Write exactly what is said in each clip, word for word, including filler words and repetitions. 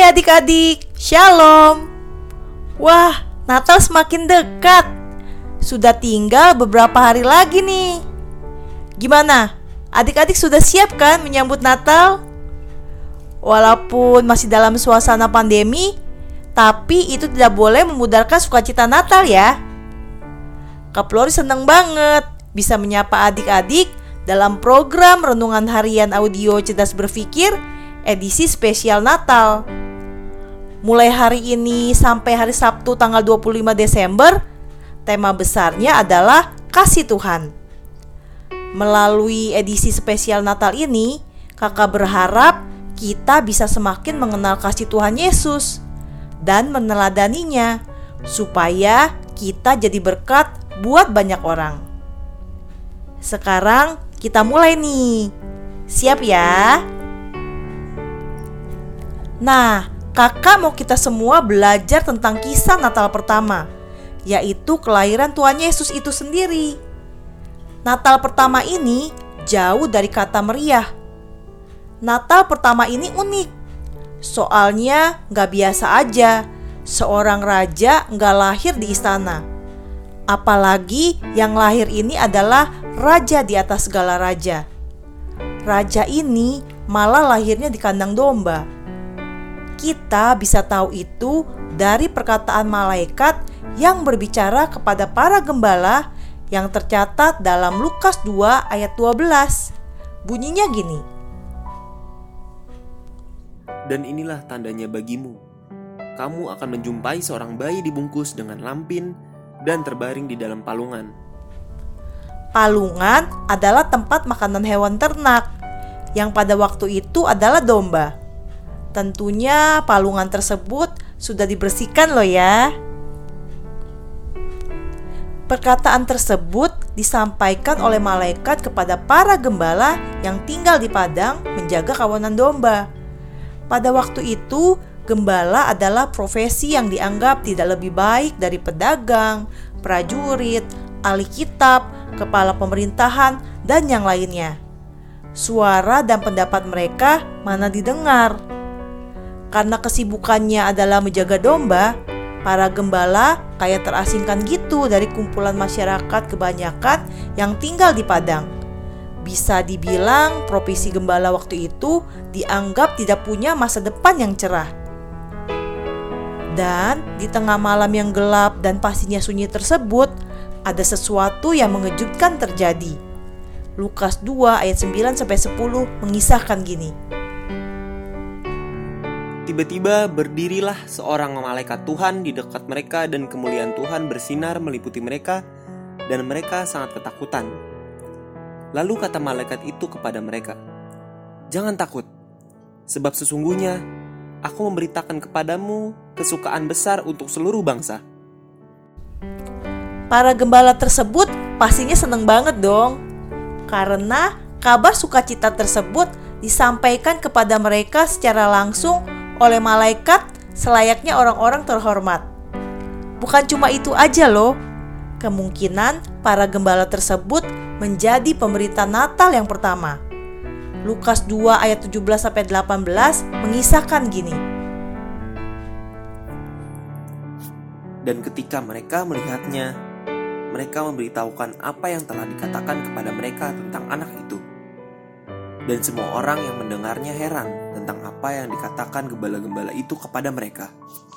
Hai adik-adik, Shalom. Wah, Natal semakin dekat. Sudah tinggal beberapa hari lagi nih. Gimana? Adik-adik sudah siap kan menyambut Natal? Walaupun masih dalam suasana pandemi, tapi itu tidak boleh memudarkan sukacita Natal ya. Kak Flori senang banget bisa menyapa adik-adik dalam program Renungan Harian Audio Cerdas Berpikir edisi spesial Natal. Mulai hari ini sampai hari Sabtu tanggal dua puluh lima Desember, tema besarnya adalah Kasih Tuhan. Melalui edisi spesial Natal ini, kakak berharap kita bisa semakin mengenal kasih Tuhan Yesus dan meneladaninya, supaya kita jadi berkat buat banyak orang. Sekarang kita mulai nih. Siap ya? Nah, kakak mau kita semua belajar tentang kisah Natal pertama, yaitu kelahiran Tuhan Yesus itu sendiri. Natal pertama ini jauh dari kata meriah. Natal pertama ini unik. Soalnya gak biasa aja, seorang raja gak lahir di istana. Apalagi yang lahir ini adalah raja di atas segala raja. Raja ini malah lahirnya di kandang domba. Kita bisa tahu itu dari perkataan malaikat yang berbicara kepada para gembala yang tercatat dalam Lukas dua ayat dua belas. Bunyinya gini. Dan inilah tandanya bagimu. Kamu akan menjumpai seorang bayi dibungkus dengan lampin dan terbaring di dalam palungan. Palungan adalah tempat makanan hewan ternak, yang pada waktu itu adalah domba. Tentunya palungan tersebut sudah dibersihkan loh ya. Perkataan tersebut disampaikan oleh malaikat kepada para gembala yang tinggal di padang menjaga kawanan domba. Pada waktu itu, gembala adalah profesi yang dianggap tidak lebih baik dari pedagang, prajurit, ahli kitab, kepala pemerintahan, dan yang lainnya. Suara dan pendapat mereka mana didengar. Karena kesibukannya adalah menjaga domba, para gembala kayak terasingkan gitu dari kumpulan masyarakat kebanyakan yang tinggal di padang. Bisa dibilang profesi gembala waktu itu dianggap tidak punya masa depan yang cerah. Dan di tengah malam yang gelap dan pastinya sunyi tersebut, ada sesuatu yang mengejutkan terjadi. Lukas dua ayat sembilan sampai sepuluh mengisahkan gini. Tiba-tiba berdirilah seorang malaikat Tuhan di dekat mereka dan kemuliaan Tuhan bersinar meliputi mereka dan mereka sangat ketakutan. Lalu kata malaikat itu kepada mereka, "Jangan takut, sebab sesungguhnya aku memberitakan kepadamu kesukaan besar untuk seluruh bangsa." Para gembala tersebut pastinya senang banget dong, karena kabar sukacita tersebut disampaikan kepada mereka secara langsung oleh malaikat selayaknya orang-orang terhormat. Bukan cuma itu aja loh, kemungkinan para gembala tersebut menjadi pemberita Natal yang pertama. Lukas dua ayat tujuh belas sampai delapan belas mengisahkan gini. Dan ketika mereka melihatnya, mereka memberitahukan apa yang telah dikatakan kepada mereka tentang anak itu. Dan semua orang yang mendengarnya heran tentang apa yang dikatakan gembala-gembala itu kepada mereka.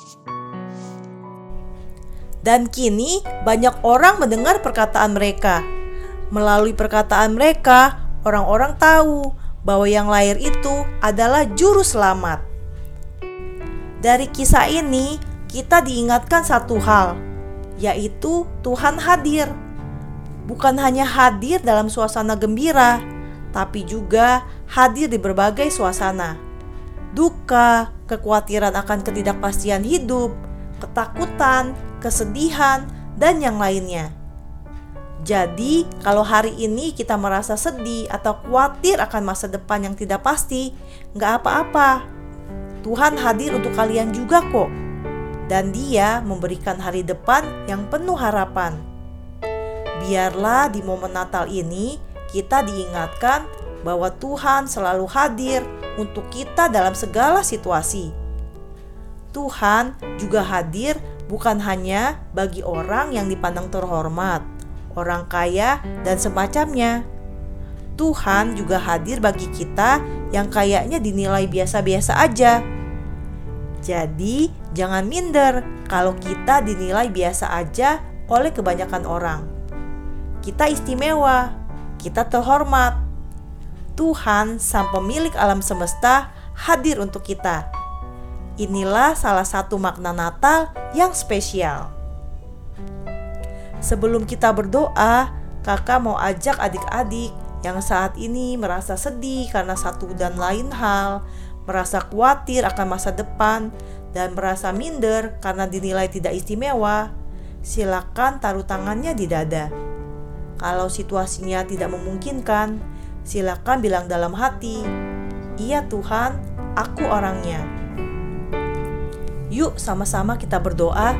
Dan kini banyak orang mendengar perkataan mereka. Melalui perkataan mereka, orang-orang tahu bahwa yang lahir itu adalah juru selamat. Dari kisah ini, kita diingatkan satu hal, yaitu Tuhan hadir. Bukan hanya hadir dalam suasana gembira, tapi juga hadir di berbagai suasana. Duka, kekhawatiran akan ketidakpastian hidup, ketakutan, kesedihan, dan yang lainnya. Jadi, kalau hari ini kita merasa sedih atau khawatir akan masa depan yang tidak pasti, nggak apa-apa. Tuhan hadir untuk kalian juga kok. Dan Dia memberikan hari depan yang penuh harapan. Biarlah di momen Natal ini kita diingatkan bahwa Tuhan selalu hadir untuk kita dalam segala situasi. Tuhan juga hadir bukan hanya bagi orang yang dipandang terhormat, orang kaya, dan semacamnya. Tuhan juga hadir bagi kita yang kayaknya dinilai biasa-biasa aja. Jadi, jangan minder kalau kita dinilai biasa aja oleh kebanyakan orang. Kita istimewa, kita terhormat. Tuhan, Sang Pemilik alam semesta, hadir untuk kita. Inilah salah satu makna Natal yang spesial. Sebelum kita berdoa, kakak mau ajak adik-adik yang saat ini merasa sedih karena satu dan lain hal, merasa khawatir akan masa depan, dan merasa minder karena dinilai tidak istimewa, silakan taruh tangannya di dada. Kalau situasinya tidak memungkinkan, silakan bilang dalam hati, "Iya Tuhan, aku orangnya." Yuk sama-sama kita berdoa.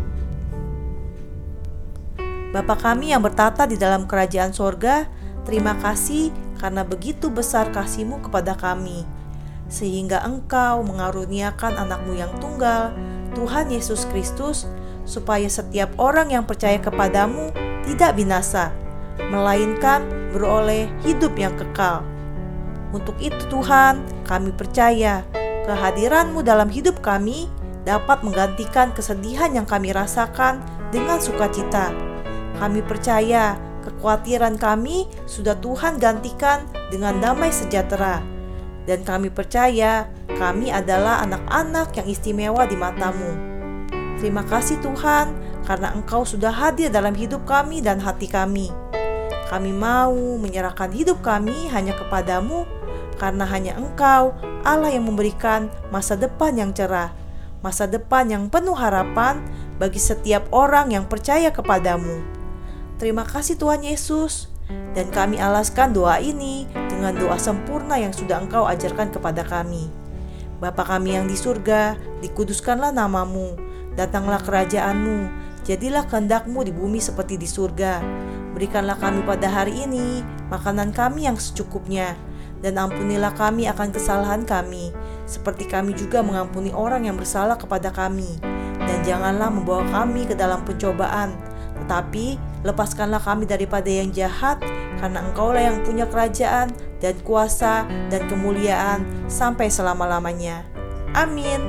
Bapa kami yang bertata di dalam kerajaan sorga, terima kasih karena begitu besar kasih-Mu kepada kami, sehingga Engkau mengaruniakan anak-Mu yang tunggal, Tuhan Yesus Kristus, supaya setiap orang yang percaya kepadamu tidak binasa, melainkan beroleh hidup yang kekal. Untuk itu Tuhan, kami percaya kehadiran-Mu dalam hidup kami dapat menggantikan kesedihan yang kami rasakan dengan sukacita. Kami percaya kekhawatiran kami sudah Tuhan gantikan dengan damai sejahtera. Dan kami percaya kami adalah anak-anak yang istimewa di mata-Mu. Terima kasih Tuhan, karena Engkau sudah hadir dalam hidup kami dan hati kami. Kami mau menyerahkan hidup kami hanya kepadamu, karena hanya Engkau Allah yang memberikan masa depan yang cerah, masa depan yang penuh harapan bagi setiap orang yang percaya kepadamu. Terima kasih Tuhan Yesus, dan kami alaskan doa ini dengan doa sempurna yang sudah Engkau ajarkan kepada kami. Bapa kami yang di surga, dikuduskanlah nama-Mu, datanglah kerajaan-Mu, jadilah kehendak-Mu di bumi seperti di surga. Berikanlah kami pada hari ini makanan kami yang secukupnya, dan ampunilah kami akan kesalahan kami, seperti kami juga mengampuni orang yang bersalah kepada kami. Dan janganlah membawa kami ke dalam pencobaan, tetapi lepaskanlah kami daripada yang jahat, karena Engkaulah yang punya kerajaan dan kuasa dan kemuliaan sampai selama-lamanya. Amin.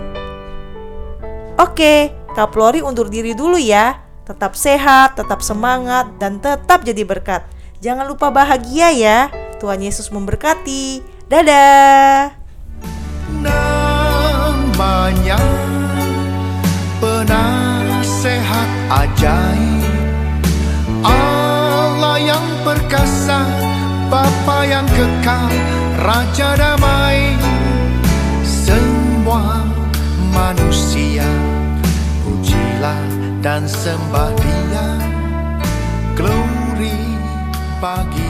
Oke, Kak Flori undur diri dulu ya. Tetap sehat, tetap semangat, dan tetap jadi berkat. Jangan lupa bahagia ya. Tuhan Yesus memberkati. Dadah. Namanya penasehat ajaib, Allah yang perkasa, Bapa yang kekal, Raja damai. Semua manusia pujilah dan sembah Dia. Glory bagi